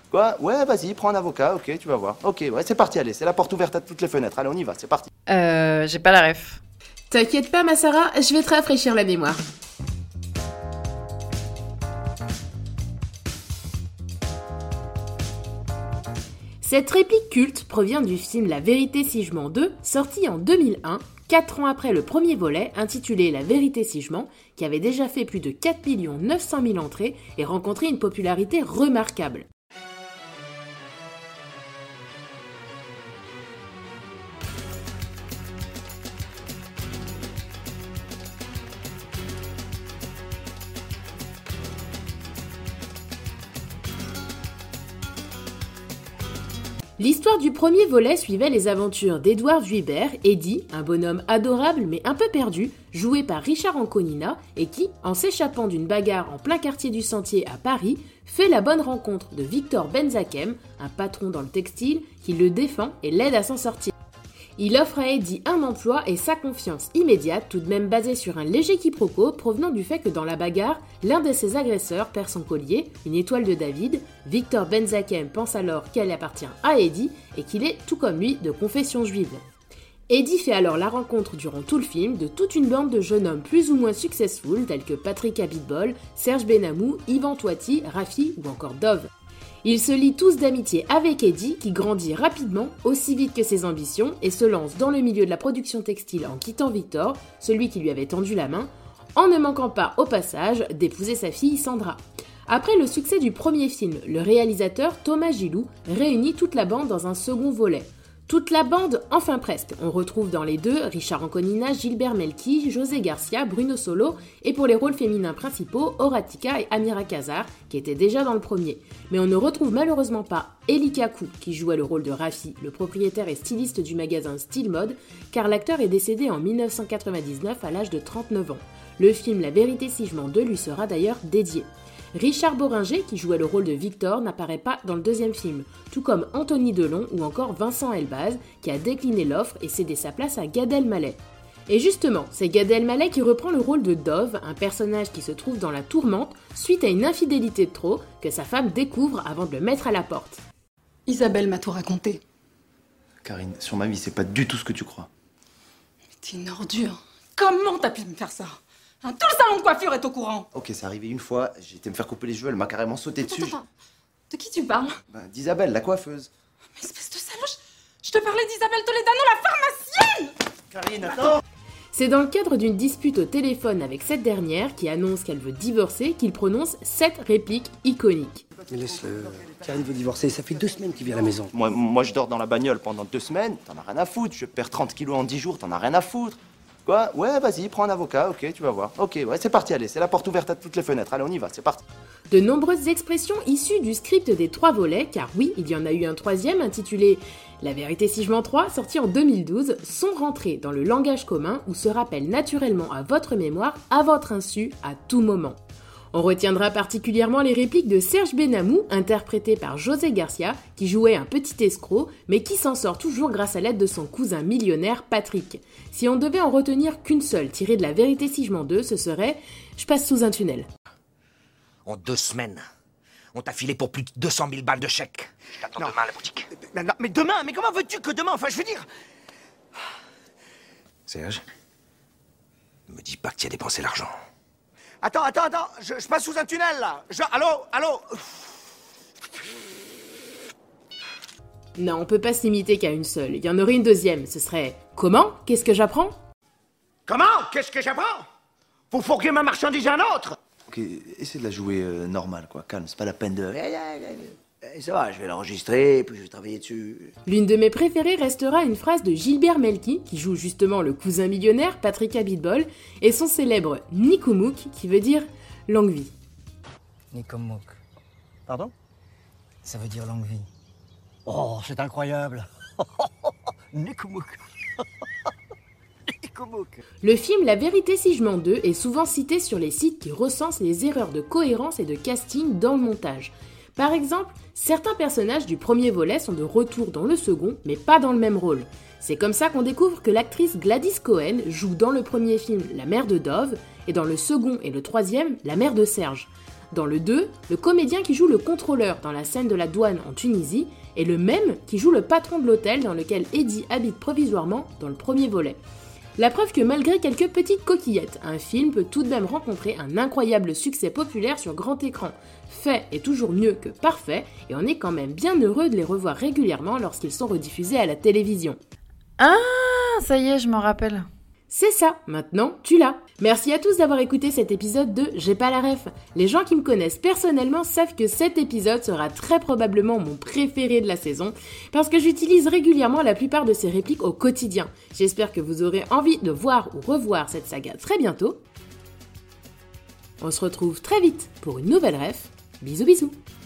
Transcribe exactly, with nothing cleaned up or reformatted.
Quoi? Ouais, vas-y, prends un avocat, ok, tu vas voir. Ok, ouais, c'est parti, allez, c'est la porte ouverte à toutes les fenêtres. Allez, on y va, c'est parti. Euh, j'ai pas la ref. T'inquiète pas, ma Sarah, je vais te rafraîchir la mémoire. Cette réplique culte provient du film La Vérité si je mens deux, sorti en deux mille un, quatre ans après le premier volet, intitulé La Vérité si je mens, qui avait déjà fait plus de quatre millions neuf cent mille entrées et rencontré une popularité remarquable. L'histoire du premier volet suivait les aventures d'Edouard Vuibert, Eddie, un bonhomme adorable mais un peu perdu, joué par Richard Anconina, et qui, en s'échappant d'une bagarre en plein quartier du Sentier à Paris, fait la bonne rencontre de Victor Benzakem, un patron dans le textile, qui le défend et l'aide à s'en sortir. Il offre à Eddie un emploi et sa confiance immédiate, tout de même basée sur un léger quiproquo provenant du fait que dans la bagarre, l'un de ses agresseurs perd son collier, une étoile de David. Victor Benzakem pense alors qu'elle appartient à Eddie et qu'il est, tout comme lui, de confession juive. Eddie fait alors la rencontre durant tout le film de toute une bande de jeunes hommes plus ou moins successful tels que Patrick Abitbol, Serge Benamou, Yvan Toiti, Rafi ou encore Dove. Ils se lient tous d'amitié avec Eddie qui grandit rapidement, aussi vite que ses ambitions, et se lance dans le milieu de la production textile en quittant Victor, celui qui lui avait tendu la main, en ne manquant pas au passage d'épouser sa fille Sandra. Après le succès du premier film, le réalisateur Thomas Gilou réunit toute la bande dans un second volet. Toute la bande, enfin presque. On retrouve dans les deux Richard Anconina, Gilbert Melki, José Garcia, Bruno Solo et pour les rôles féminins principaux, Horatica et Amira Kazar, qui étaient déjà dans le premier. Mais on ne retrouve malheureusement pas Eli Kaku, qui jouait le rôle de Rafi, le propriétaire et styliste du magasin Style Mode, car l'acteur est décédé en dix-neuf cent quatre-vingt-dix-neuf à l'âge de trente-neuf ans. Le film La Vérité si je mens deux lui sera d'ailleurs dédié. Richard Boringer, qui jouait le rôle de Victor, n'apparaît pas dans le deuxième film, tout comme Anthony Delon ou encore Vincent Elbaz, qui a décliné l'offre et cédé sa place à Gad Elmaleh. Et justement, c'est Gad Elmaleh qui reprend le rôle de Dove, un personnage qui se trouve dans la tourmente suite à une infidélité de trop que sa femme découvre avant de le mettre à la porte. Isabelle m'a tout raconté. Karine, sur ma vie, c'est pas du tout ce que tu crois. Mais t'es une ordure. Comment t'as pu me faire ça? Hein, tout le salon de coiffure est au courant. Ok, c'est arrivé une fois, j'ai été me faire couper les cheveux, elle m'a carrément sauté Attends, dessus. attends, de qui tu parles? Bah, d'Isabelle, la coiffeuse. Mais espèce de saloche, je te parlais d'Isabelle Toledano, la pharmacienne. Karine, attends. C'est dans le cadre d'une dispute au téléphone avec cette dernière, qui annonce qu'elle veut divorcer, qu'il prononce cette réplique iconique. Mais laisse-le. Karine veut divorcer, ça fait deux semaines qu'il vient à la maison. Moi, moi, je dors dans la bagnole pendant deux semaines, t'en as rien à foutre. Je perds trente kilos en dix jours, t'en as rien à foutre. Quoi? Ouais, vas-y, prends un avocat, ok, tu vas voir. Ok, ouais, c'est parti, allez, c'est la porte ouverte à toutes les fenêtres. Allez, on y va, c'est parti. De nombreuses expressions issues du script des trois volets, car oui, il y en a eu un troisième intitulé La Vérité si je mens trois, sorti en deux mille douze, sont rentrées dans le langage commun ou se rappellent naturellement à votre mémoire, à votre insu, à tout moment. On retiendra particulièrement les répliques de Serge Benamou, interprété par José Garcia, qui jouait un petit escroc, mais qui s'en sort toujours grâce à l'aide de son cousin millionnaire Patrick. Si on devait en retenir qu'une seule tirée de La Vérité si je mens deux, ce serait « Je passe sous un tunnel ». En deux semaines, on t'a filé pour plus de deux cent mille balles de chèque. Je t'attends demain à la boutique. Mais, non, mais demain, mais comment veux-tu que demain? Enfin, je veux dire... Serge, ne me dis pas que tu as dépensé l'argent. Attends, attends, attends, je, je passe sous un tunnel, là. Je... Allô, allô. Non, on peut pas se limiter qu'à une seule. Il y en aurait une deuxième. Ce serait « Comment? Qu'est-ce que j'apprends ?» Comment? Qu'est-ce que j'apprends? Vous fourguez ma marchandise à un autre? Ok, essaie de la jouer euh, normale, quoi. Calme, c'est pas la peine de... Eh, ça va, je vais l'enregistrer, puis je vais travailler dessus. L'une de mes préférées restera une phrase de Gilbert Melki, qui joue justement le cousin millionnaire Patrick Abitbol, et son célèbre Nikomouk, qui veut dire « longue vie ». Nikomouk. Pardon? Ça veut dire longue vie. Oh, c'est incroyable. Nikomouk. Nikomouk. Le film La Vérité si je mens deux est souvent cité sur les sites qui recensent les erreurs de cohérence et de casting dans le montage. Par exemple, certains personnages du premier volet sont de retour dans le second, mais pas dans le même rôle. C'est comme ça qu'on découvre que l'actrice Gladys Cohen joue dans le premier film la mère de Dove, et dans le second et le troisième, la mère de Serge. Dans le deux, le comédien qui joue le contrôleur dans la scène de la douane en Tunisie est le même qui joue le patron de l'hôtel dans lequel Eddie habite provisoirement dans le premier volet. La preuve que malgré quelques petites coquillettes, un film peut tout de même rencontrer un incroyable succès populaire sur grand écran. Fait est toujours mieux que parfait, et on est quand même bien heureux de les revoir régulièrement lorsqu'ils sont rediffusés à la télévision. Ah, ça y est, je m'en rappelle. C'est ça, maintenant tu l'as. Merci à tous d'avoir écouté cet épisode de J'ai pas la ref. Les gens qui me connaissent personnellement savent que cet épisode sera très probablement mon préféré de la saison, parce que j'utilise régulièrement la plupart de ces répliques au quotidien. J'espère que vous aurez envie de voir ou revoir cette saga très bientôt. On se retrouve très vite pour une nouvelle ref. Bisous bisous.